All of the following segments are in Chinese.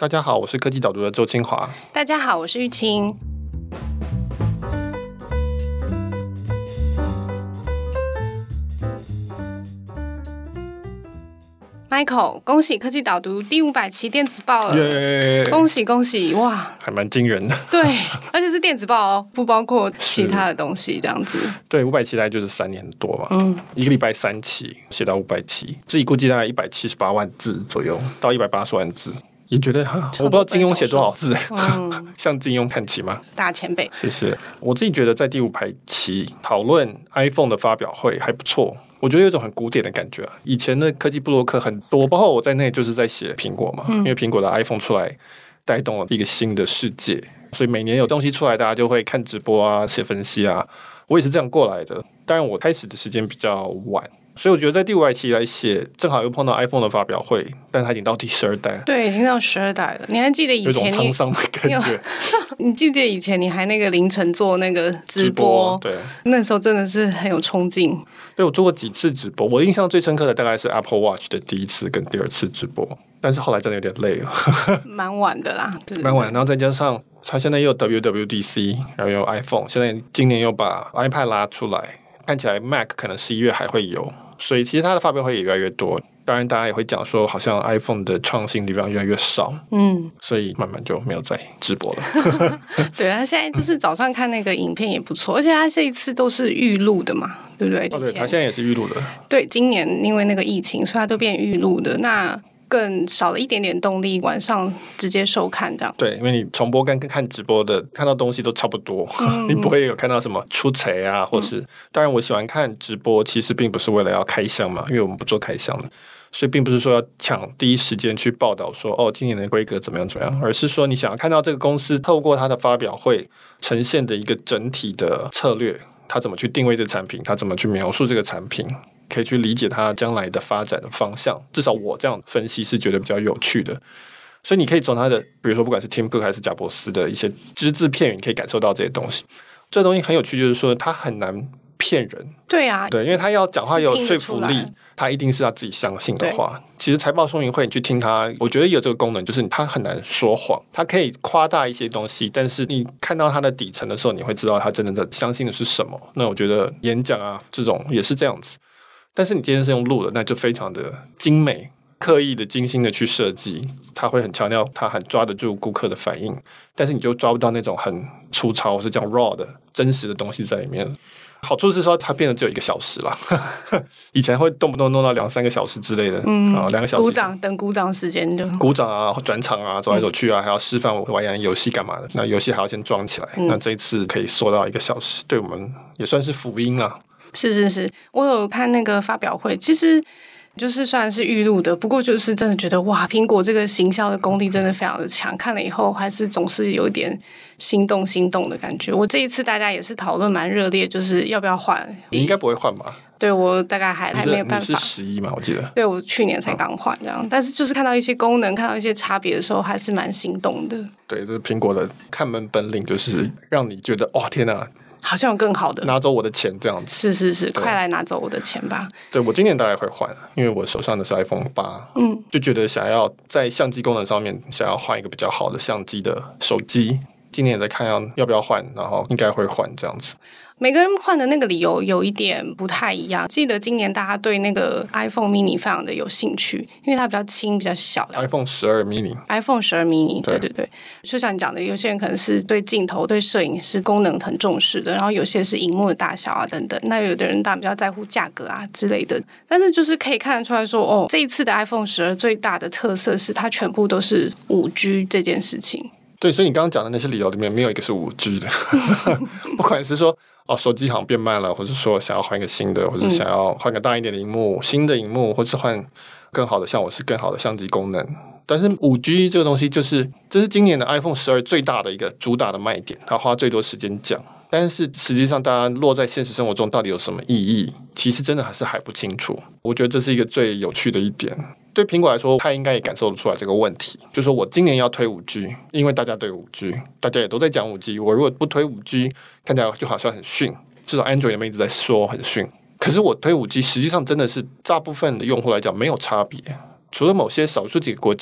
大家好，我是科技导读的周清华。 大家好，我是玉清。Michael， 恭喜科技导读第500期电子报了， Yeah 恭喜恭喜！哇， 还蛮惊人的。 对，而且是电子报哦，不包括其他的东西，这样子。 对，500期大概就是3年多嘛，一个礼拜3期，写到500期，自己估计大概178万字左右到180万字。也觉得我不知道金庸写多少字，像金庸看齐吗？ 大前辈， 谢谢。我自己觉得在第500期讨论 iPhone 的发表会还不错，我觉得有一种很古典的感觉啊。以前的科技部落客很多，包括我在内，就是在写苹果嘛，因为苹果的 iPhone 出来带动了一个新的世界，所以每年有东西出来，大家就会看直播啊，写分析啊。我也是这样过来的，当然我开始的时间比较晚。所以我觉得在第500期来写，正好又碰到 iPhone 的发表会，但它已经到第12代了。 对，已经到12代了。你还记得以前有种沧桑的感觉？ 你记不记得以前你还那个凌晨做那个直播？ 对， 那时候真的是很有冲劲。 对，我做过几次直播，我印象最深刻的大概是 Apple Watch 的第1次跟第2次直播，但是后来真的有点累了， 蛮晚的啦，对， 蛮晚。然后再加上它现在又有 WWDC， 然后又有 iPhone， 现在今年又把 iPad 拉出来，看起来 Mac 可能11月还会有。所以其实它的发表会也越来越多，当然大家也会讲说好像 iPhone 的创新力量越来越少，所以慢慢就没有再直播了。 对，他现在就是早上看那个影片也不错，而且他这一次都是预录的嘛，对不对？ 对，他现在也是预录的。 对，今年因为那个疫情，所以他都变预录的。那更少了一点点动力，晚上直接收看这样。 对，因为你重播跟看直播的看到东西都差不多，你不会有看到什么出彩啊，或是当然我喜欢看直播，其实并不是为了要开箱嘛，因为我们不做开箱的，所以并不是说要抢第一时间去报道说今年的规格怎么样怎么样，而是说你想要看到这个公司透过它的发表会呈现的一个整体的策略，它怎么去定位这个产品，它怎么去描述这个产品，可以去理解它将来的发展的方向，至少我这样分析是觉得比较有趣的。所以你可以从它的比如说不管是 Tim Cook 还是贾伯斯的一些只字片语，你可以感受到这些东西。这东西很有趣，就是说它很难骗人。 对啊， 对，因为他要讲话有说服力，他一定是他自己相信的话。其实财报说明会你去听他，我觉得有这个功能，就是他很难说谎，他可以夸大一些东西，但是你看到他的底层的时候，你会知道他真的相信的是什么。那我觉得演讲啊这种也是这样子，但是你今天是用录的，那就非常的精美，刻意的精心的去设计，他会很强调他很抓得住顾客的反应，但是你就抓不到那种很粗糙或是讲 raw 的真实的东西在里面。好处是说它变得只有1个小时了，以前会动不动弄到2-3个小时之类的，2个小时鼓掌等鼓掌时间就鼓掌啊，转场啊，走来走去啊，还要示范我玩游戏干嘛的，那游戏还要先装起来，那这一次可以缩到1个小时，对我们也算是福音啦。 是，我有看那个发表会，其实就是虽然是预录的，不过就是真的觉得哇，苹果这个行销的功力真的非常的强，看了以后还是总是有一点心动的感觉。我这一次大家也是讨论蛮热烈，就是要不要换。 你应该不会换吧？ 对，我大概还没有办法。 你是11嘛，我记得。 对，我去年才刚换这样，但是就是看到一些功能，看到一些差别的时候，还是蛮心动的。 对，这是苹果的看门本领，就是让你觉得哇，天哪！ 好像有更好的， 拿走我的钱这样子。 是，快来拿走我的钱吧。 对，我今年大概会换，因为我手上的是 iPhone 8，就觉得想要在相机功能上面想要换一个比较好的相机的手机。今年也在看要不要换，然后应该会换这样子。 每个人换的那个理由有一点不太一样。记得今年大家对那个 iPhone mini 非常的有兴趣，因为它比较轻比较小。 iPhone 12 mini，iPhone 12 mini， 对，就像你讲的，有些人可能是对镜头、对摄影是功能很重视的，然后有些是荧幕的大小啊等等。那有的人当然比较在乎价格啊之类的。但是就是可以看得出来说，这一次的 iPhone 12最大的特色是它全部都是5G 这件事情。 对，所以你刚刚讲的那些理由里面没有一个是5G 的，不管是说手机好像变慢了，或者说想要换一个新的，或者想要换个大一点的荧幕、新的荧幕，或是换更好的，像我是更好的相机功能。但是5G 这个东西这是今年的 iPhone 12最大的一个主打的卖点，它花最多时间讲。但是实际上大家落在现实生活中到底有什么意义，其实真的还不清楚。我觉得这是一个最有趣的一点。对苹果来说，它应该也感受得出来这个问题，就是说我今年要推 5G， 因为大家对 5G， 大家也都在讲 5G， 我如果不推 5G， 看起来就好像很逊，至少 Android 里面一直在说很逊。可是我推 5G， 实际上真的是大部分的用户来讲没有差别，除了某些少数几个国家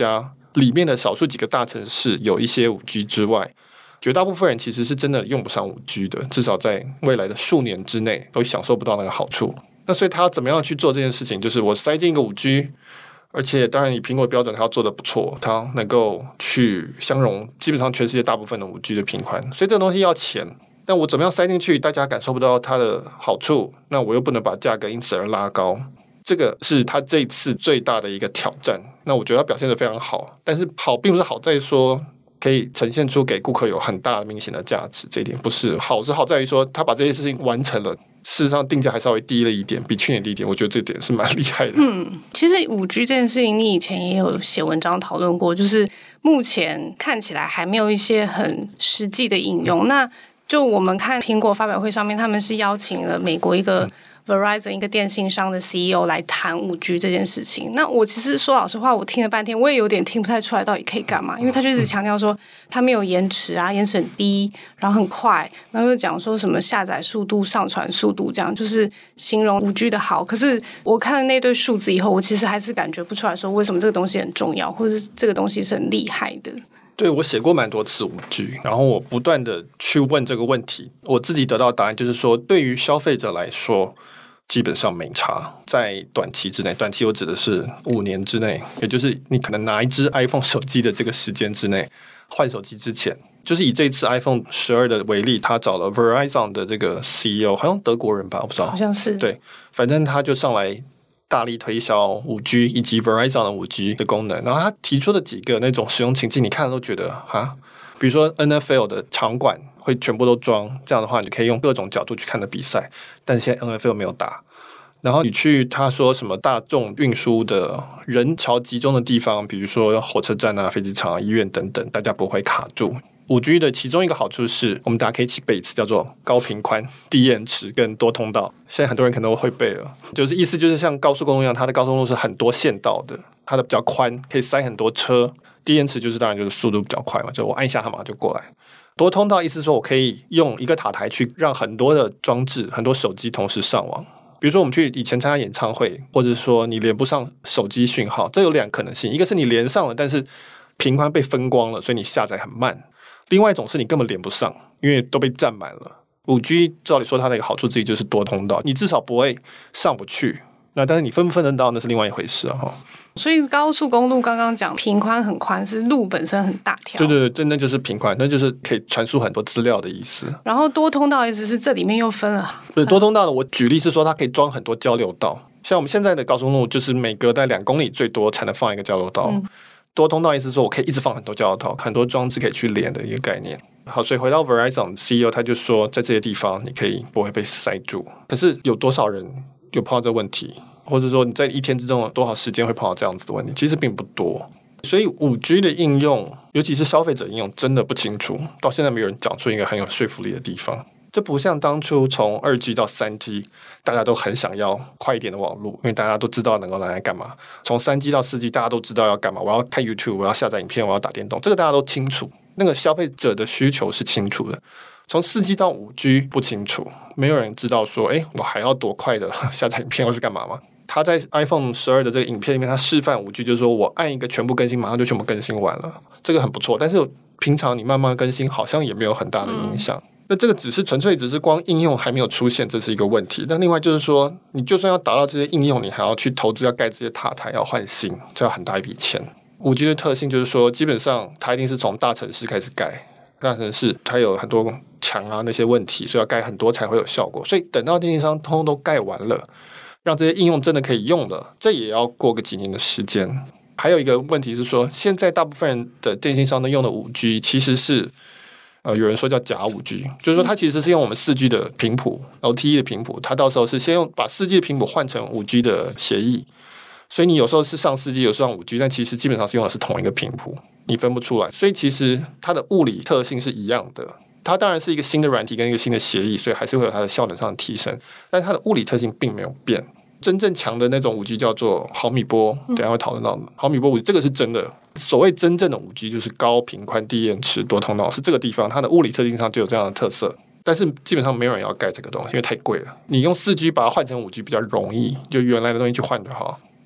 里面的少数几个大城市有一些 5G 之外，绝大部分人其实是真的用不上 5G 的，至少在未来的数年之内都享受不到那个好处。那所以他要怎么样去做这件事情，就是我塞进一个 5G， 而且当然以苹果标准他要做得不错，他能够去相容基本上全世界大部分的 5G 的频宽，所以这个东西要钱，但我怎么样塞进去大家感受不到它的好处，那我又不能把价格因此而拉高，这个是他这一次最大的一个挑战。那我觉得他表现得非常好，但是好并不是好在说可以呈现出给顾客有很大的明显的价值，这一点不是好，是好在于说他把这些事情完成了，事实上定价还稍微低了一点，比去年低一点，我觉得这点是蛮厉害的。 其实5G 这件事情你以前也有写文章讨论过，就是目前看起来还没有一些很实际的应用。那就我们看苹果发表会上面，他们是邀请了美国一个Verizon 一个电信商的 CEO 来谈 5G 这件事情。那我其实说老实话，我听了半天，我也有点听不太出来到底可以干嘛，因为他就一直强调说它没有延迟啊，延迟很低，然后很快，然后又讲说什么下载速度、上传速度，这样就是形容 5G 的好。可是我看了那堆数字以后，我其实还是感觉不出来说为什么这个东西很重要，或者是这个东西是很厉害的。 对，我写过蛮多次 5G， 然后我不断的去问这个问题，我自己得到的答案就是说，对于消费者来说基本上没差，在短期之内，短期我指的是5年之内，也就是你可能拿一只 iPhone 手机的这个时间之内，换手机之前，就是以这次 iPhone 12的为例，他找了 Verizon 的这个 CEO， 好像德国人吧，我不知道， 好像是， 对，反正他就上来大力推销 5G 以及 Verizon 的 5G 的功能，然后他提出的几个那种使用情境，你看了都觉得啊，比如说 NFL 的场馆会全部都装，这样的话你可以用各种角度去看的比赛，但现在 NFL 没有打。然后你去他说什么大众运输的人潮集中的地方，比如说火车站啊、飞机场啊、医院等等，大家不会卡住。5G 的其中一个好处是，我们大家可以一起背一次，叫做高频宽、低延迟跟多通道。现在很多人可能会背了，就是意思就是像高速公路一样，它的高速公路是很多线道的，它的比较宽，可以塞很多车。低延迟就是当然就是速度比较快嘛，就我按一下它马上就过来。多通道意思说我可以用一个塔台去让很多的装置、很多手机同时上网。比如说我们去以前参加演唱会，或者说你连不上手机讯号，这有两个可能性，一个是你连上了，但是频宽被分光了，所以你下载很慢；另外一种是你根本连不上，因为都被占满了。5G 照理说它的一个好处之一就是多通道，你至少不会上不去。那但是你分不分得到那是另外一回事啊。 所以高速公路刚刚讲频宽很宽，是路本身很大条。 对对对，真的就是频宽，那就是可以传输很多资料的意思。 然后多通道意思是这里面又分了。 对，多通道的我举例是说它可以装很多交流道，像我们现在的高速公路就是每隔在2公里最多才能放一个交流道。多通道意思是说我可以一直放很多交流道，很多装置可以去连的一个概念。好，所以回到 Verizon CEO 他就说在这些地方你可以不会被塞住。可是有多少人有碰到这个问题？或者说你在一天之中有多少时间会碰到这样子的问题，其实并不多。所以 5G 的应用，尤其是消费者应用，真的不清楚，到现在没有人讲出一个很有说服力的地方。这不像当初从2G 到3G， 大家都很想要快一点的网络，因为大家都知道能够拿来干嘛。从3G 到4G， 大家都知道要干嘛，我要看 YouTube， 我要下载影片，我要打电动，这个大家都清楚，那个消费者的需求是清楚的。从4G 到5G 不清楚，没有人知道说，我还要多快的下载影片或是干嘛吗？他在 iPhone 12的这个影片里面，他示范5G， 就是说我按一个全部更新，马上就全部更新完了，这个很不错。但是平常你慢慢更新，好像也没有很大的影响。那这个纯粹只是光应用还没有出现，这是一个问题。但另外就是说，你就算要达到这些应用，你还要去投资，要盖这些塔台，要换新，这要很大一笔钱。5G 的特性就是说，基本上它一定是从大城市开始盖，大城市它有很多墙啊那些问题，所以要盖很多才会有效果。所以等到电信商通通都盖完了，让这些应用真的可以用了，这也要过个几年的时间。还有一个问题是说，现在大部分人的电信商都用的 5G 其实是有人说叫假 5G， 就是说它其实是用我们 4G 的频谱 LTE 的频谱，它到时候是先把 4G 的频谱换成 5G 的协议，所以你有时候是上 4G 有时候上 5G， 但其实基本上是用的是同一个频谱，你分不出来。所以其实它的物理特性是一样的，它当然是一个新的软体跟一个新的协议，所以还是会有它的效能上的提升，但它的物理特性并没有变。真正强的那种 5G 叫做毫米波，等一下会讨论到的毫米波 5G， 这个是真的。所谓真正的 5G 就是高频宽、低延迟、多通道，是这个地方它的物理特性上就有这样的特色。但是基本上没有人要盖这个东西，因为太贵了。你用 4G 把它换成 5G 比较容易，就原来的东西去换就好。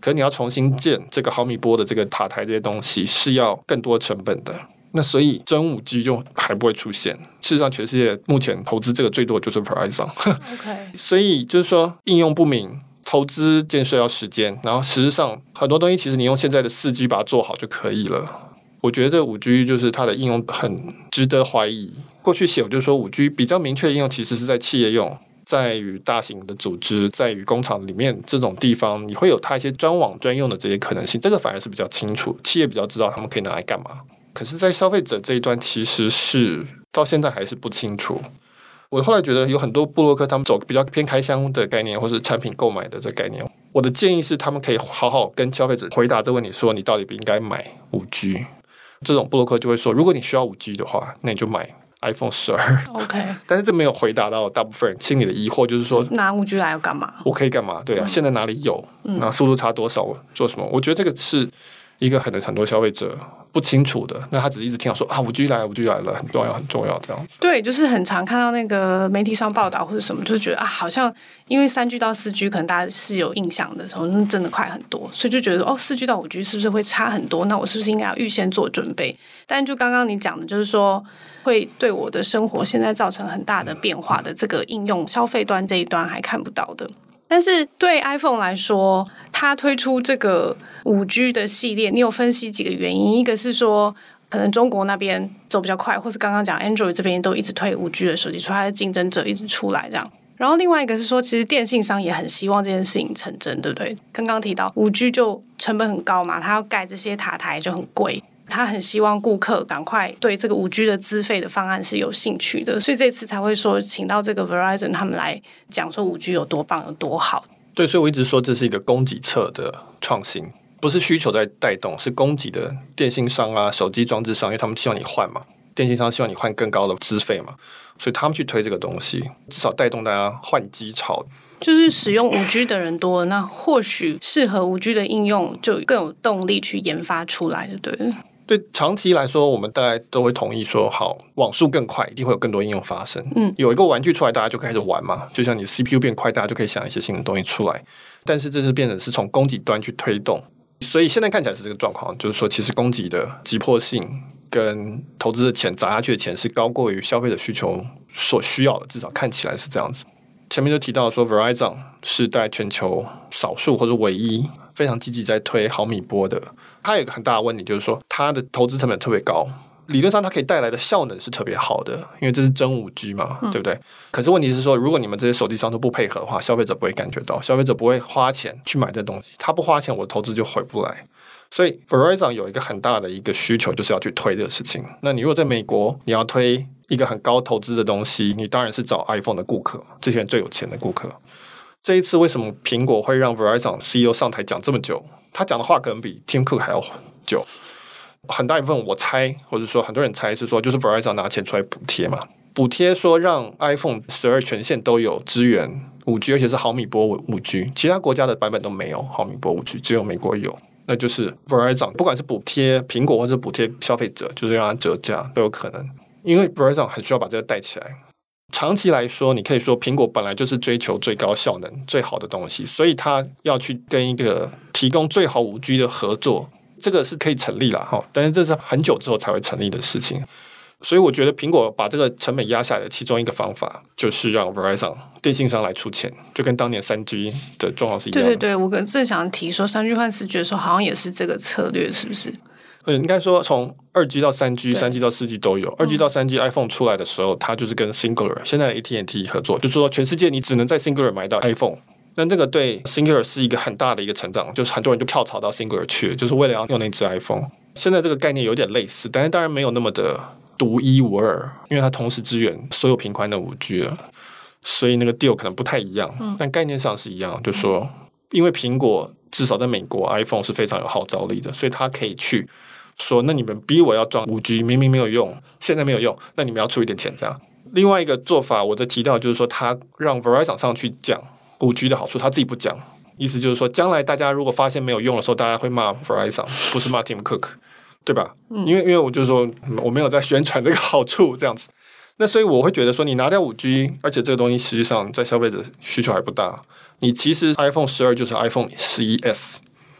可是你要重新建这个毫米波的这个塔台这些东西是要更多成本的。那所以真 5G 就还不会出现。事实上，全世界目前投资这个最多的就是 Verizon。OK， 所以就是说应用不明，投资建设要时间，然后实际上很多东西其实你用现在的4G 把它做好就可以了。我觉得这 5G 就是它的应用很值得怀疑。过去写我就说 5G 比较明确的应用其实是在企业用，在于大型的组织，在于工厂里面这种地方，你会有它一些专网专用的这些可能性，这个反而是比较清楚，企业比较知道他们可以拿来干嘛。可是在消费者这一端其实是到现在还是不清楚。我后来觉得有很多部落客他们走比较偏开箱的概念，或是产品购买的这个概念，我的建议是他们可以好好跟消费者回答这个问题，说你到底应该买 5G。 这种部落客就会说，如果你需要 5G 的话，那你就买iPhone 12。 OK， 但是这没有回答到大部分人心里的疑惑，就是说拿 5G 来要干嘛？ 我可以干嘛？对啊，现在哪里有？那速度差多少？做什么？我觉得这个是一个很多消费者不清楚的。那他只是一直听到说啊 5G 来了 5G 来了，很重要很重要这样子。 对，就是很常看到那个媒体上报道或者什么，就是觉得啊，好像因为3G 到4G 可能大家是有印象的时候，真的快很多，所以就觉得哦4G 到5G 是不是会差很多？那我是不是应该要预先做准备？但就刚刚你讲的，就是说会对我的生活现在造成很大的变化的这个应用，消费端这一端还看不到的。但是对 iPhone 来说，它推出这个5G 的系列，你有分析几个原因？一个是说可能中国那边走比较快，或是刚刚讲 Android 这边都一直推 5G 的手机，所以它的竞争者一直出来这样。然后另外一个是说，其实电信商也很希望这件事情成真，对不对？刚刚提到 5G 就成本很高嘛，它要盖这些塔台就很贵，他很希望顾客赶快对这个 5G 的资费的方案是有兴趣的，所以这次才会说请到这个 Verizon 他们来讲说 5G 有多棒有多好。 对，所以我一直说这是一个供给侧的创新，不是需求在带动，是供给的电信商啊、手机装置商，因为他们希望你换嘛，电信商希望你换更高的资费嘛，所以他们去推这个东西，至少带动大家换机潮。 就是使用 5G 的人多了，那或许适合 5G 的应用就更有动力去研发出来的，对了。 对，长期来说我们大概都会同意说，好，网速更快一定会有更多应用发生。有一个玩具出来大家就开始玩嘛，就像你 CPU 变快大家就可以想一些新的东西出来，但是这是变成是从供给端去推动，所以现在看起来是这个状况，就是说其实供给的急迫性跟投资的钱砸下去的钱是高过于消费者需求所需要的，至少看起来是这样子。前面就提到说 Verizon 是在全球少数或者唯一非常积极在推毫米波的，它有一个很大的问题，就是说它的投资成本特别高，理论上它可以带来的效能是特别好的，因为这是真 5G 嘛，对不对？可是问题是说，如果你们这些手机商都不配合的话，消费者不会感觉到，消费者不会花钱去买这东西，他不花钱，我投资就回不来。所以 Verizon 有一个很大的一个需求，就是要去推这个事情。那你如果在美国，你要推一个很高投资的东西，你当然是找 iPhone 的顾客，这些人最有钱的顾客。这一次为什么苹果会让 Verizon CEO 上台讲这么久？他讲的话可能比 Tim Cook 还要久。很大一部分我猜，或者说很多人猜是说，就是 Verizon 拿钱出来补贴嘛，补贴说让 iPhone 12全线都有支援 5G， 而且是毫米波 5G， 其他国家的版本都没有毫米波 5G， 只有美国有。那就是 Verizon 不管是补贴苹果或者补贴消费者，就是让它折价都有可能，因为 Verizon 很需要把这个带起来。长期来说，你可以说苹果本来就是追求最高效能最好的东西，所以它要去跟一个提供最好 5G 的合作，这个是可以成立啦，但是这是很久之后才会成立的事情。所以我觉得苹果把这个成本压下来的其中一个方法，就是让 Verizon 电信商来出钱，就跟当年 3G 的状况是一样的。 对对对，我正想提说 3G 换 4G 的时候，好像也是这个策略，是不是？ 应该说从2G 到 3G、3G 到 4G 都有。2G 到 3G iPhone 出来的时候，它就是跟 Singular 现在的 AT&T 合作，就是说全世界你只能在 Singular 买到 iPhone。那这个对 Singular 是一个很大的一个成长，就是很多人就跳槽到 Singular 去，就是为了要用那只 iPhone。现在这个概念有点类似，但是当然没有那么的独一无二，因为它同时支援所有频宽的 5G 了，所以那个 deal 可能不太一样，但概念上是一样，就是说因为苹果至少在美国 iPhone 是非常有号召力的，所以它可以去说，那你们逼我要装 5G， 明明没有用，现在没有用，那你们要出一点钱这样。另外一个做法，我的提到就是说，他让 Verizon 上去讲 5G 的好处，他自己不讲，意思就是说，将来大家如果发现没有用的时候，大家会骂 Verizon， 不是骂 Tim Cook， 对吧？因为我就是说，我没有在宣传这个好处这样子。那所以我会觉得说，你拿掉 5G， 而且这个东西实际上在消费者需求还不大，你其实 iPhone 12就是 iPhone 11S。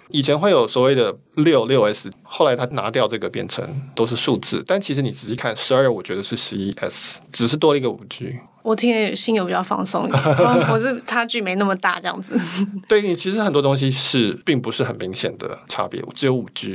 以前会有所谓的6S， 后来他拿掉这个变成都是数字，但其实你仔细看12我觉得是11S， 只是多了一个 5G。 我听得心有比较放松一点，我是差距没那么大这样子。 对，你其实很多东西并不是很明显的差别，只有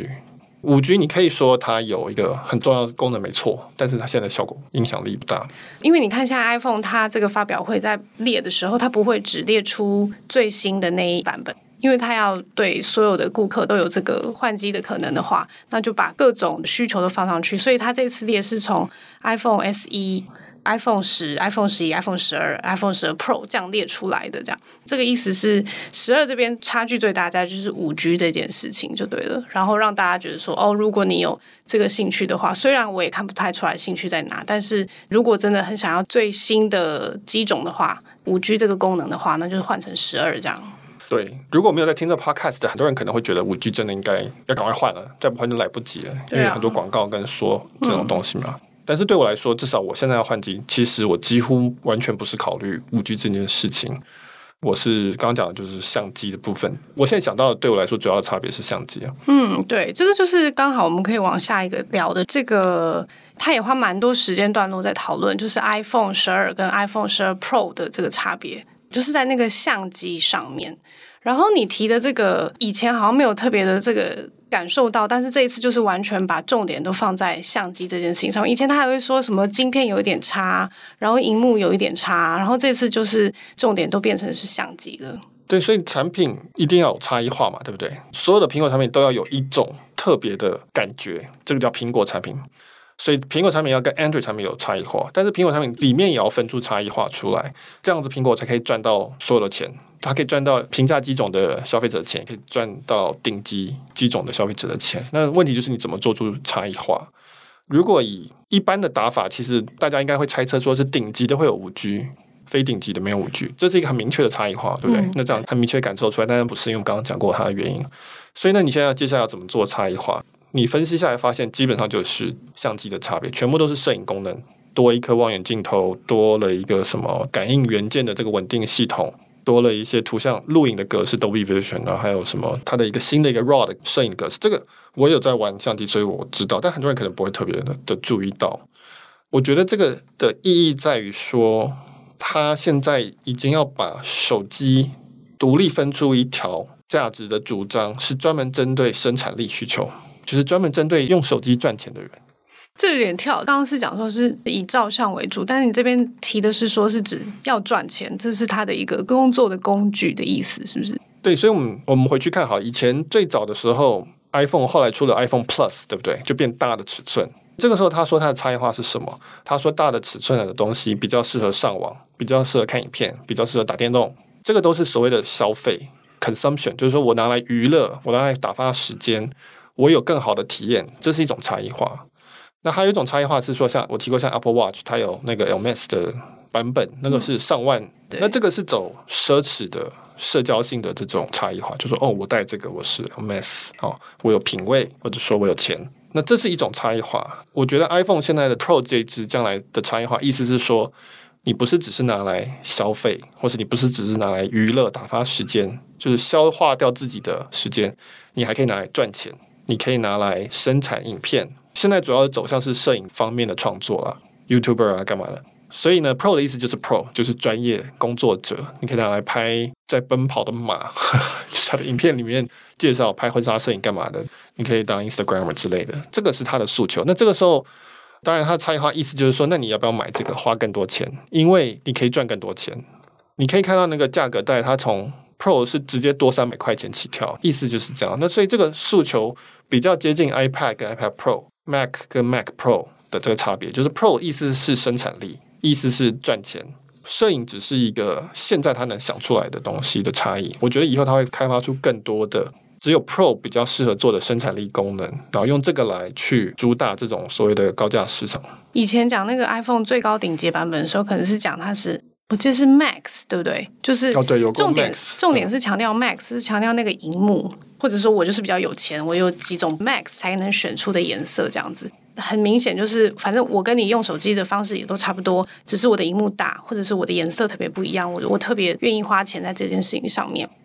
5G。5G 你可以说它有一个很重要的功能没错，但是它现在的效果影响力不大。 因为你看现在 iPhone 它这个发表会在列的时候，它不会只列出最新的那一版本，因为它要对所有的顾客都有这个换机的可能的话，那就把各种需求都放上去，所以它这次列是从 iPhone SE、iPhone 10、iPhone 11、iPhone 12、iPhone 12 Pro 这样列出来的，这个意思是12这边差距最大，就是 5G 这件事情就对了。然后让大家觉得说，哦，如果你有这个兴趣的话，虽然我也看不太出来兴趣在哪，但是如果真的很想要最新的机种的话，5G 这个功能的话，那就是换成12这样。 对，如果没有在听这 podcast 的很多人可能会觉得 5G 真的应该要赶快换了，再不换就来不及了，因为很多广告跟说这种东西嘛。但是对我来说，至少我现在要换机，其实我几乎完全不是考虑 5G 这件事情。我是刚刚讲的就是相机的部分，我现在想到的对我来说主要的差别是相机啊。 对，这个就是刚好我们可以往下一个聊的这个，他也花蛮多时间段落在讨论，就是 iPhone 12跟 iPhone 12 Pro 的这个差别，就是在那个相机上面。然后你提的这个以前好像没有特别的这个感受到，但是这一次就是完全把重点都放在相机这件事情上面。以前他还会说什么晶片有一点差，然后萤幕有一点差，然后这次就是重点都变成是相机了。 对，所以产品一定要有差异化嘛，对不对？所有的苹果产品都要有一种特别的感觉，这个叫苹果产品。所以苹果产品要跟 Android 产品有差异化，但是苹果产品里面也要分出差异化出来，这样子苹果才可以赚到所有的钱。它可以赚到平价机种的消费者的钱，也可以赚到顶级机种的消费者的钱。那问题就是你怎么做出差异化？如果以一般的打法，其实大家应该会猜测说是顶级的会有 5G， 非顶级的没有 5G， 这是一个很明确的差异化，对不对？那这样很明确感受出来，但是不是因为我们刚刚讲过它的原因。所以呢，你现在接下来要怎么做差异化？你分析下来发现，基本上就是相机的差别，全部都是摄影功能，多一颗望远镜头，多了一个什么感应元件的这个稳定系统。多了一些图像录影的格式 Dolby Vision， 然后还有什么它的一个新的一个 RAW 的摄影格式，这个我有在玩相机，所以我知道，但很多人可能不会特别的注意到。我觉得这个的意义在于说，它现在已经要把手机独立分出一条价值的主张，是专门针对生产力需求，就是专门针对用手机赚钱的人。 这有点跳，刚刚是讲说是以照相为主，但是你这边提的是说是指要赚钱，这是他的一个工作的工具的意思，是不是？ 对，所以我们回去看好，以前最早的时候 iPhone 后来出了 iPhone Plus， 对不对？就变大的尺寸。这个时候他说他的差异化是什么？他说大的尺寸的东西比较适合上网，比较适合看影片，比较适合打电动，这个都是所谓的消费 consumption， 就是说我拿来娱乐，我拿来打发时间，我有更好的体验，这是一种差异化。那还有一种差异化是说，像我提过，像 Apple Watch， 它有那个 LMS 的版本，那个是上万，那这个是走奢侈的社交性的这种差异化，就是说我戴这个我是 LMS，我有品味，或者说我有钱，那这是一种差异化。我觉得 iPhone 现在的 Pro 这一支将来的差异化，意思是说，你不是只是拿来消费，或是你不是只是拿来娱乐打发时间，就是消化掉自己的时间，你还可以拿来赚钱，你可以拿来生产影片。现在主要的走向是摄影方面的创作啦 ，YouTuber 啊干嘛的。所以呢 ，Pro 的意思就是 Pro， 就是专业工作者，你可以拿来拍在奔跑的马，就是他的影片里面介绍拍婚纱摄影干嘛的，你可以当 Instagrammer 之类的，这个是他的诉求。那这个时候，当然他的差异化意思就是说，那你要不要买这个，花更多钱，因为你可以赚更多钱。你可以看到那个价格带，它从 Pro 是直接多300块钱起跳，意思就是这样。那所以这个诉求比较接近 iPad 跟 iPad Pro。Mac 跟 Mac Pro 的这个差别，就是 Pro 意思是生产力，意思是赚钱，摄影只是一个现在他能想出来的东西的差异。我觉得以后他会开发出更多的只有 Pro 比较适合做的生产力功能，然后用这个来去主打这种所谓的高价市场。 以前讲那个 iPhone 最高顶级版本的时候，可能是讲它是，我记得是 Max， 对不对？就是重点是强调 Max， 是强调那个萤幕，或者说我就是比较有钱，我有几种 Max 才能选出的颜色，这样子。很明显就是，反正我跟你用手机的方式也都差不多，只是我的萤幕大，或者是我的颜色特别不一样，我特别愿意花钱在这件事情上面。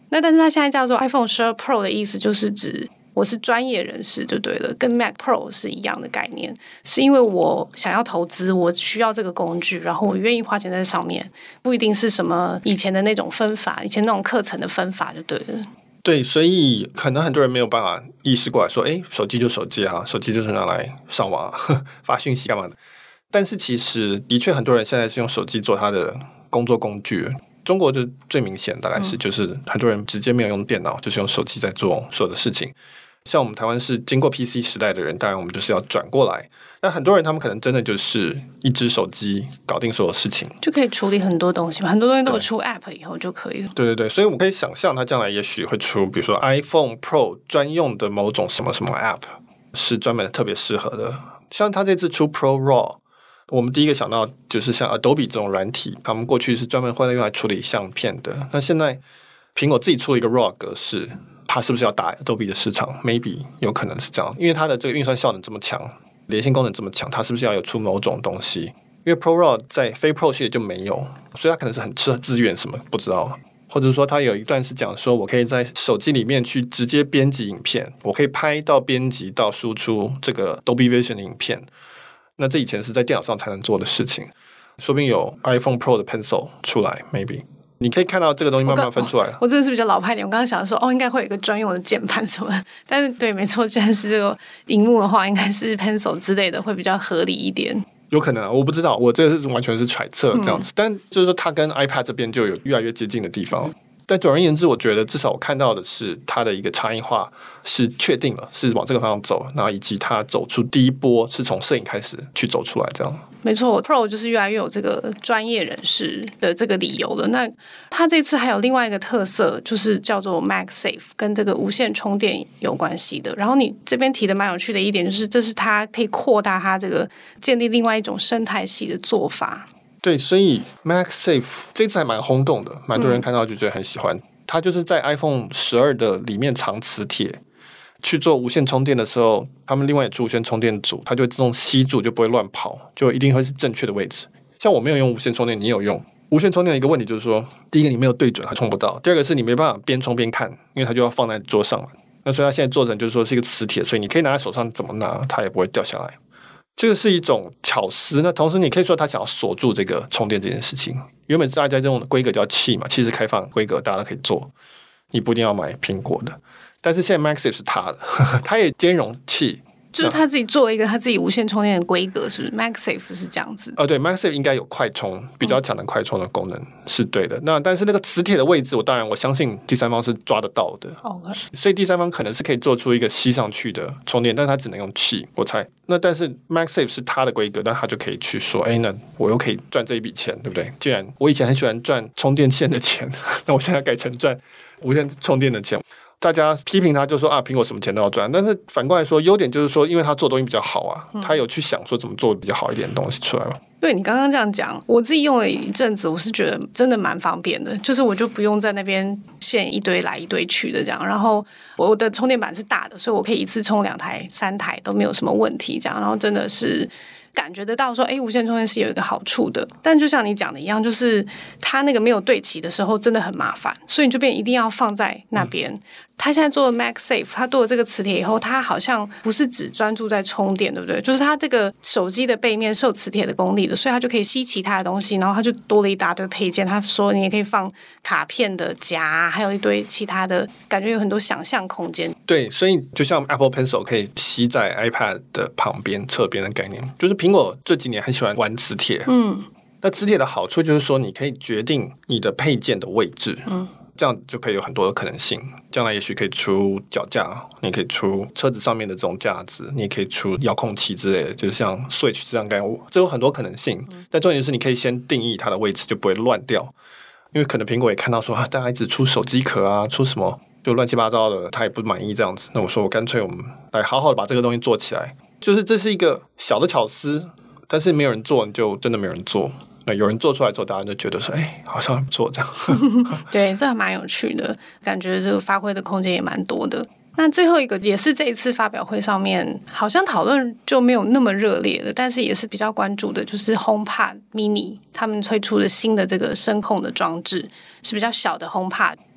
那但是它现在叫做 iPhone 12 Pro 的意思，就是指我是专业人士就对了，跟 Mac Pro 是一样的概念，是因为我想要投资，我需要这个工具，然后我愿意花钱在上面，不一定是什么以前的那种分法，以前那种课程的分法就对了。 对，所以可能很多人没有办法意识过来说，哎，手机就手机啊，手机就是拿来上网啊，发讯息干嘛的。但是其实的确很多人现在是用手机做他的工作工具。中国就最明显大概是就是很多人直接没有用电脑，就是用手机在做所有的事情。像我们台湾是经过 PC 时代的人，当然我们就是要转过来。但很多人他们可能真的就是一只手机搞定所有事情， 就可以处理很多东西嘛，很多东西都有出 App 以后就可以了。 对对对，所以我可以想象他将来也许会出，比如说 iPhone Pro 专用的某种什么什么 App 是专门特别适合的。像他这次出 Pro RAW， 我们第一个想到就是像 Adobe 这种软体，他们过去是专门会用来处理相片的。那现在苹果自己出了一个 RAW 格式，它是不是要打 Adobe 的市场 ？Maybe 有可能是这样，因为它的这个运算效能这么强，连线功能这么强，它是不是要有出某种东西？因为 Pro RAW 在非 Pro 系列就没有，所以它可能是很吃资源什么不知道。或者说它有一段是讲说我可以在手机里面去直接编辑影片，我可以拍到编辑到输出这个 Dolby Vision 的影片。那这以前是在电脑上才能做的事情，说不定有 iPhone Pro 的 Pencil 出来 ，maybe 你可以看到这个东西慢慢分出来了。 我真的是比较老派一点，我刚刚想说应该会有一个专用的键盘什么的，但是对，没错，既然是这个荧幕的话，应该是 Pencil 之类的会比较合理一点。 有可能啊，我不知道，我这个是完全是揣测这样子，但就是说它跟 iPad 这边就有越来越接近的地方。但总而言之，我觉得至少我看到的是它的一个差异化是确定了，是往这个方向走，然后以及它走出第一波是从摄影开始去走出来这样。 没错 ，Pro 就是越来越有这个专业人士的这个理由了。那它这次还有另外一个特色，就是叫做 MagSafe， 跟这个无线充电有关系的。然后你这边提的蛮有趣的一点，就是这是它可以扩大它这个建立另外一种生态系的做法。 对，所以 MagSafe 这次还蛮轰动的，蛮多人看到就觉得很喜欢。它就是在 iPhone 12的里面藏磁铁，去做无线充电的时候，他们另外也出无线充电组，它就会自动吸住，就不会乱跑，就一定会是正确的位置。像我没有用无线充电，你有用无线充电的一个问题就是说，第一个你没有对准，它充不到；第二个是你没办法边充边看，因为它就要放在桌上嘛。那所以它现在做成就是说是一个磁铁，所以你可以拿在手上，怎么拿它也不会掉下来。这个是一种巧思，那同时你可以说他想要锁住这个充电这件事情。原本大家这种规格叫气嘛，气是开放规格，大家都可以做，你不一定要买苹果的。但是现在 MagSafe 是他的，他也兼容气， 就是他自己做了一个他自己无线充电的规格，是不是 ？MagSafe 是这样子。 对 ，MagSafe 应该有快充，比较强的快充的功能是对的。那但是那个磁铁的位置，我相信第三方是抓得到的。所以第三方可能是可以做出一个吸上去的充电，但是它只能用气，我猜。那但是 MagSafe 是它的规格，那它就可以去说，那我又可以赚这一笔钱，对不对？既然我以前很喜欢赚充电线的钱，那我现在改成赚无线充电的钱。大家批评他就说苹果什么钱都要赚，但是反过来说，优点就是说，因为他做东西比较好啊，他有去想说怎么做比较好一点的东西出来了。 对，你刚刚这样讲，我自己用了一阵子，我是觉得真的蛮方便的，就是我就不用在那边线一堆来一堆去的这样，然后我的充电板是大的，所以我可以一次充2台3台都没有什么问题这样，然后真的是感觉得到说无线充电是有一个好处的，但就像你讲的一样，就是它那个没有对齐的时候真的很麻烦，所以你就变一定要放在那边。它现在做的 MagSafe， 它多了这个磁铁以后，它好像不是只专注在充电，对不对？就是它这个手机的背面是有磁铁的功力的，所以它就可以吸其他的东西，然后它就多了一大堆配件。他说你也可以放卡片的夹，还有一堆其他的，感觉有很多想象空间。 对，所以就像 Apple Pencil 可以吸在 iPad 的旁边、侧边的概念，就是苹果这几年很喜欢玩磁铁。那磁铁的好处就是说，你可以决定你的配件的位置。这样就可以有很多的可能性，将来也许可以出脚架，你可以出车子上面的这种架子，你也可以出遥控器之类的，就是像 Switch 这样概念，这有很多可能性。但重点是你可以先定义它的位置，就不会乱掉。因为可能苹果也看到说大家一直出手机壳啊，出什么就乱七八糟的，他也不满意这样子。那我说我干脆我们来好好的把这个东西做起来，就是这是一个小的巧思，但是没有人做，你就真的没有人做。那有人做出来之后，大家就觉得说，好像还不错这样。 对，这还蛮有趣的，感觉这个发挥的空间也蛮多的。那最后一个也是这一次发表会上面好像讨论就没有那么热烈的，但是也是比较关注的，就是 HomePod Mini 他们推出的新的这个声控的装置，是比较小的 HomePod。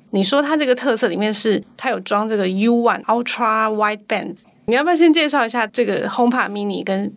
你说它这个特色里面是它有装这个 U1 Ultra Wideband， 你要不要先介绍一下这个 HomePod Mini 跟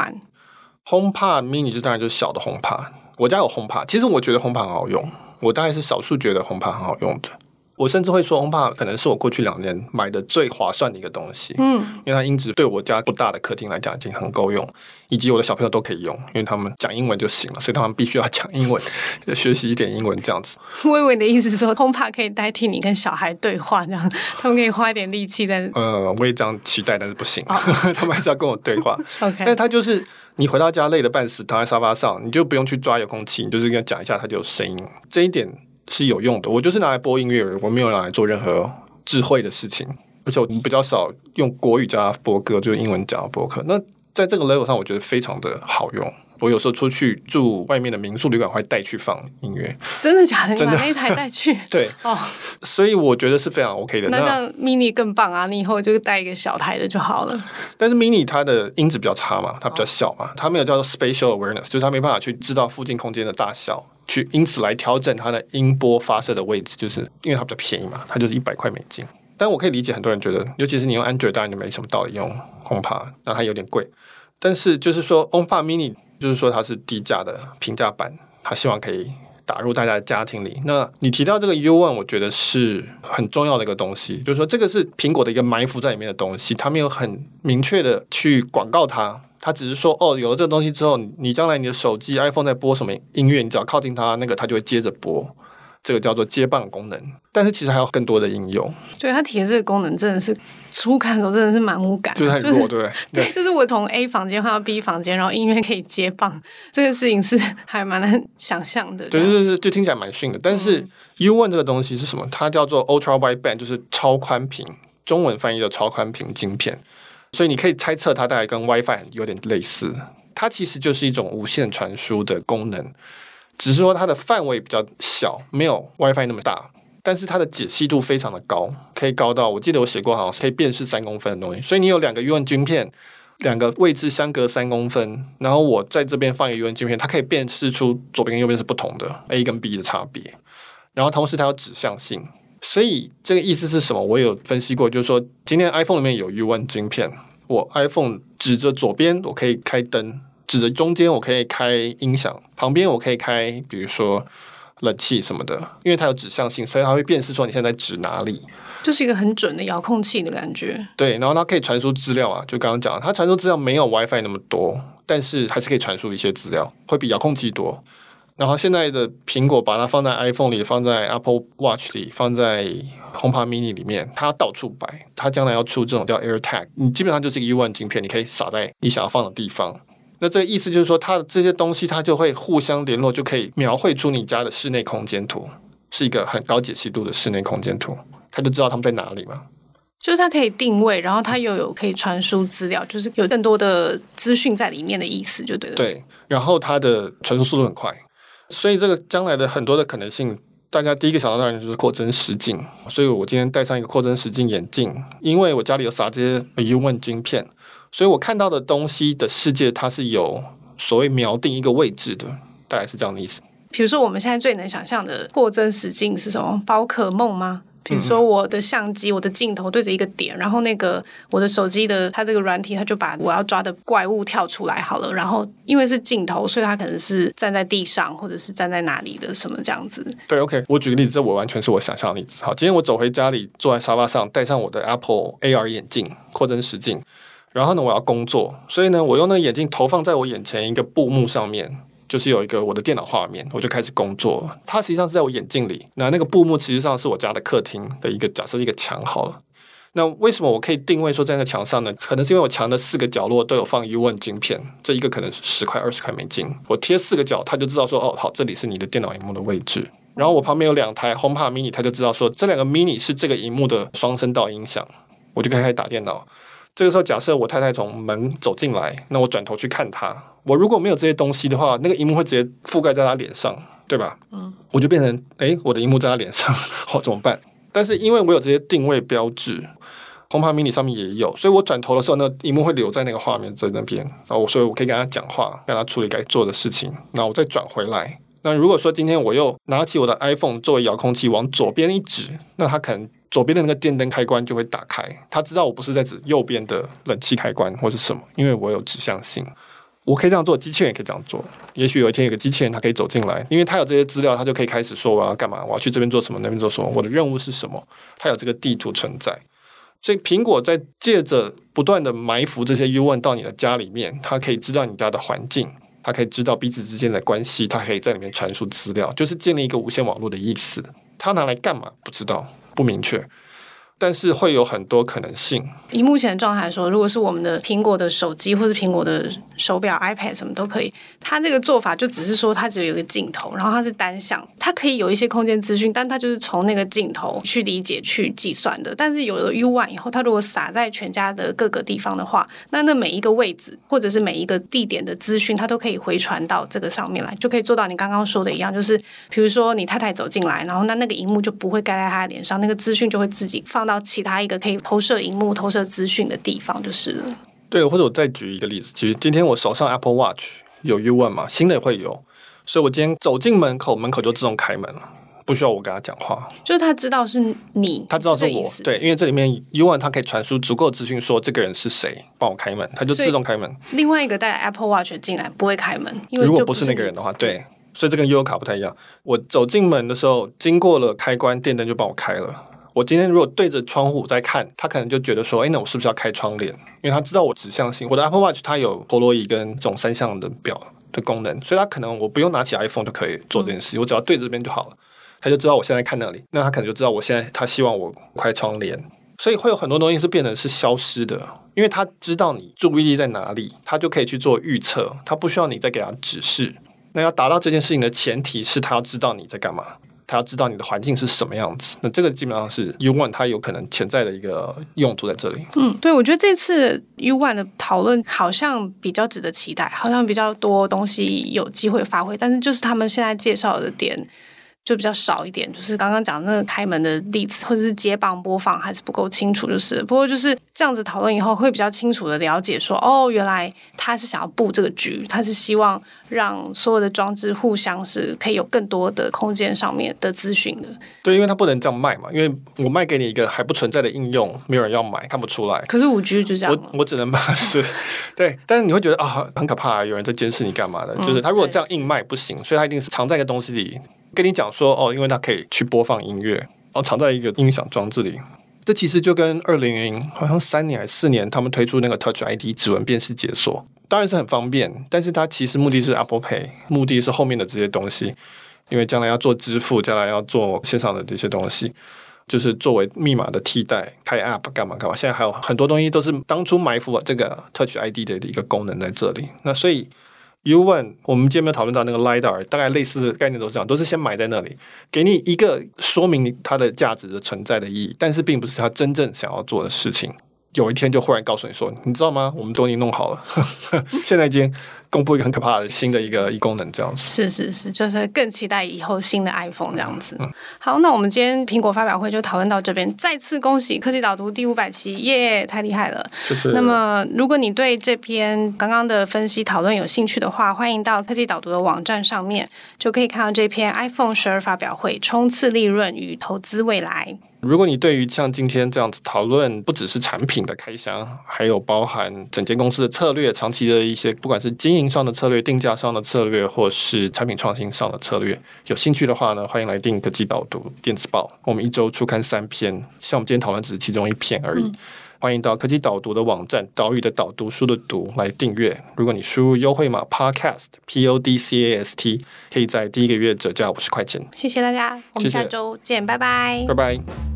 U1？HomePod Mini 就当然就是小的 HomePod， 我家有 HomePod， 其实我觉得 HomePod 很好用，我大概是少数觉得 HomePod 很好用的。我甚至会说 HomePod 可能是我过去2年买的最划算的一个东西，因为它音质对我家不大的客厅来讲已经很够用，以及我的小朋友都可以用，因为他们讲英文就行了，所以他们必须要讲英文，学习一点英文这样子。 我以为你的意思是说 HomePod 可以代替你跟小孩对话，这样他们可以花一点力气，但是我也这样期待，但是不行，他们还是要跟我对话。 OK， 但它就是你回到家累得半死，躺在沙发上，你就不用去抓遥控器，你就是跟他讲一下，它就有声音，这一点是有用的。我就是拿来播音乐，我没有拿来做任何智慧的事情，而且我比较少用国语加播歌，就是英文加播客。那在这个 level 上，我觉得非常的好用。我有时候出去住外面的民宿旅馆，会带去放音乐。 真的假的？你把那一台带去？ 对，所以我觉得是非常 OK 的。 那这样 Mini 更棒啊！你以后就带一个小台的就好了。 但是 Mini 它的音质比较差嘛，它比较小嘛，它没有叫做 Spatial Awareness， 就是它没办法去知道附近空间的大小，去因此来调整它的音波发射的位置，就是因为它比较便宜嘛，它就是$100。但我可以理解很多人觉得，尤其是你用 Android， 当然就没什么道理用 HomePod， 那它有点贵。但是就是说 HomePod Mini 就是说它是低价的平价版，它希望可以打入大家的家庭里。那你提到这个 U1， 我觉得是很重要的一个东西，就是说这个是苹果的一个埋伏在里面的东西，它没有很明确的去广告它。它只是说有了这个东西之后，你将来你的手机 iPhone 在播什么音乐，你只要靠近它，它就会接着播。这个叫做接棒功能，但是其实还有更多的应用。 对，它提的这个功能真的是初看的时候真的是蛮无感， 就是很弱，对不对？ 对，就是我从 A 房间换到 B 房间，然后音乐可以接棒，这个事情是还蛮难想象的。 对，就听起来蛮逊的。但是 U1 这个东西是什么？它叫做 Ultra Wideband， 就是超宽频，中文翻译的超宽频晶片。所以你可以猜测它大概跟 WiFi 有点类似，它其实就是一种无线传输的功能。只是说它的范围比较小，没有 WiFi 那么大，但是它的解析度非常的高，可以高到我记得我写过好像是可以辨识3公分的东西。所以你有2个 U1 晶片，2个位置相隔3公分，然后我在这边放一个 U1 晶片，它可以辨识出左边跟右边是不同的 A 跟 B 的差别，然后同时它有指向性。所以这个意思是什么？我有分析过，就是说今天 iPhone 里面有 U1 晶片，我 iPhone 指着左边我可以开灯，指着中间我可以开音响，旁边我可以开比如说冷气什么的，因为它有指向性，所以它会辨识说你现在指哪里， 就是一个很准的遥控器的感觉。 对，然后它可以传输资料啊，就刚刚讲它传输资料没有 WiFi 那么多，但是还是可以传输一些资料，会比遥控器多。然后现在的苹果把它放在 iPhone 里，放在 Apple Watch 里，放在 HomePod Mini 里面，它到处摆。它将来要出这种叫 AirTag， 你基本上就是一个 U1 晶片，你可以撒在你想要放的地方。那这个意思就是说，它的这些东西它就会互相联络，就可以描绘出你家的室内空间图，是一个很高解析度的室内空间图，它就知道他们在哪里嘛。 就是它可以定位，然后它又有可以传输资料，就是有更多的资讯在里面的意思，就对了。 对，然后它的传输速度很快。所以这个将来的很多的可能性，大家第一个想到当然就是扩增实境。所以我今天戴上一个扩增实境眼镜，因为我家里有撒这些 U1 晶片，所以我看到的东西的世界它是有所谓锚定一个位置的，大概是这样的意思。 比如说我们现在最能想象的扩增实境是什么？宝可梦吗？比如说我的相机，我的镜头对着一个点，然后我的手机的它这个软体，它就把我要抓的怪物跳出来好了。然后因为是镜头，所以它可能是站在地上，或者是站在哪里的什么这样子。 对 ，OK， 我举个例子，这我完全是我想象的例子。好，今天我走回家里，坐在沙发上，戴上我的 Apple AR 眼镜，扩增实境，然后呢，我要工作，所以呢，我用那个眼镜投放在我眼前一个布幕上面。就是有一个我的电脑画面，我就开始工作。它实际上是在我眼镜里，那个布幕实际上是我家的客厅的一个假设一个墙好了。那为什么我可以定位说在那个墙上呢？可能是因为我墙的4个角落都有放 U1 晶片，这一个可能是10块20块美金，我贴4个角，它就知道说好，这里是你的电脑萤幕的位置。然后我旁边有2台 HomePod Mini， 它就知道说这2个 Mini 是这个萤幕的双声道音响，我就可以开始打电脑。这个时候假设我太太从门走进来，那我转头去看她，我如果没有这些东西的话，那个萤幕会直接覆盖在她脸上，对吧？我就变成我的萤幕在她脸上，怎么办？但是因为我有这些定位标志， HomePod Mini 上面也有，所以我转头的时候，那个萤幕会留在那个画面在那边，然后所以我可以跟她讲话，跟她处理该做的事情，然后我再转回来， 那如果说今天我又拿起我的 iPhone 作为遥控器往左边一指，那它可能左边的那个电灯开关就会打开，它知道我不是在指右边的冷气开关或是什么，因为我有指向性。我可以这样做，机器人也可以这样做。也许有一天有个机器人，它可以走进来，因为它有这些资料，它就可以开始说我要干嘛，我要去这边做什么，那边做什么，我的任务是什么，它有这个地图存在。所以苹果在借着不断的埋伏这些 U1 到你的家里面，它可以知道你家的环境，它可以知道彼此之间的关系，它可以在里面传输资料，就是建立一个无线网络的意思。它拿来干嘛？不知道，不明确。但是会有很多可能性。 以目前的状态来说，如果是我们的苹果的手机或者苹果的手表 iPad 什么都可以，它这个做法就只是说它只有一个镜头，然后它是单向，它可以有一些空间资讯，但它就是从那个镜头去理解去计算的。但是有了 U1 以后，它如果撒在全家的各个地方的话，那每一个位置或者是每一个地点的资讯，它都可以回传到这个上面来，就可以做到你刚刚说的一样，就是比如说你太太走进来，然后那个萤幕就不会盖在她的脸上，那个资讯就会自己放到其他一个可以投射萤幕、投射资讯的地方就是了。 对，或者我再举一个例子，其实今天我手上 Apple Watch 有 U1 嘛，新的也会有，所以我今天走进门口，门口就自动开门了，不需要我跟他讲话， 就是他知道是你， 他知道是我，对，因为这里面 U1 它可以传输足够的资讯，说这个人是谁，帮我开门，他就自动开门。 另外一个带 Apple Watch 进来不会开门，因为如果不是那个人的话，对，所以这跟 U 卡不太一样。我走进门的时候，经过了开关，电灯就帮我开了。我今天如果对着窗户在看，他可能就觉得说，那我是不是要开窗帘？因为他知道我指向性。我的 Apple Watch 它有陀螺仪跟这种3项的表的功能，所以他可能我不用拿起 iPhone 就可以做这件事，我只要对着这边就好了。他就知道我现在看那里，那他可能就知道我现在他希望我开窗帘，所以会有很多东西是变得是消失的，因为他知道你注意力在哪里，他就可以去做预测，他不需要你再给他指示。那要达到这件事情的前提是他要知道你在干嘛，他要知道你的环境是什么样子。那这个基本上是 U1 它有可能潜在的一个用途在这里。 对，我觉得这次 U1 的讨论好像比较值得期待，好像比较多东西有机会发挥，但是就是他们现在介绍的点就比较少一点，就是刚刚讲那个开门的例子或者是接棒播放还是不够清楚，就是不过就是这样子讨论以后会比较清楚的了解说，原来他是想要布这个局，他是希望让所有的装置互相是可以有更多的空间上面的资讯的。 对，因为他不能这样卖嘛，因为我卖给你一个还不存在的应用，没有人要买，看不出来。 可是5G 就这样我只能把是对，但是你会觉得很可怕，有人在监视你干嘛的？就是他如果这样硬卖不行，所以他一定是藏在一个东西里。跟你讲说因为它可以去播放音乐，藏在一个音响装置里。这其实就跟2000好像3年还是4年，他们推出那个 Touch ID 指纹辨识解锁，当然是很方便，但是它其实目的是 Apple Pay， 目的是后面的这些东西，因为将来要做支付，将来要做线上的这些东西，就是作为密码的替代，开 App 干嘛干嘛。现在还有很多东西都是当初埋伏这个 Touch ID 的一个功能在这里。那所以U1 我们今天没有讨论到那个 LiDAR， 大概类似的概念都是这样，都是先埋在那里，给你一个说明它的价值的存在的意义，但是并不是它真正想要做的事情。有一天就忽然告诉你说，你知道吗？我们都已经弄好了，现在已经公布一个很可怕的新的一个功能，这样子。 是，就是更期待以后新的 iPhone 这样子。好，那我们今天苹果发表会就讨论到这边，再次恭喜科技导读第500期，耶，太厉害了！那么，如果你对这篇刚刚的分析讨论有兴趣的话，欢迎到科技导读的网站上面，就可以看到这篇 iPhone 12发表会，冲刺利润与投资未来。 如果你对于像今天这样子讨论，不只是产品的开箱，还有包含整间公司的策略，长期的一些不管是经营上的策略、定价上的策略，或是产品创新上的策略，有兴趣的话呢，欢迎来订科技导读电子报。我们1周出刊3篇，像我们今天讨论只是其中1篇而已。欢迎到科技导读的网站，岛屿的导，读书的读来订阅。如果你输入优惠码 Podcast PODCAST， 可以在第1个月折价50块钱。 谢谢大家，我们下周见，拜拜， 拜拜。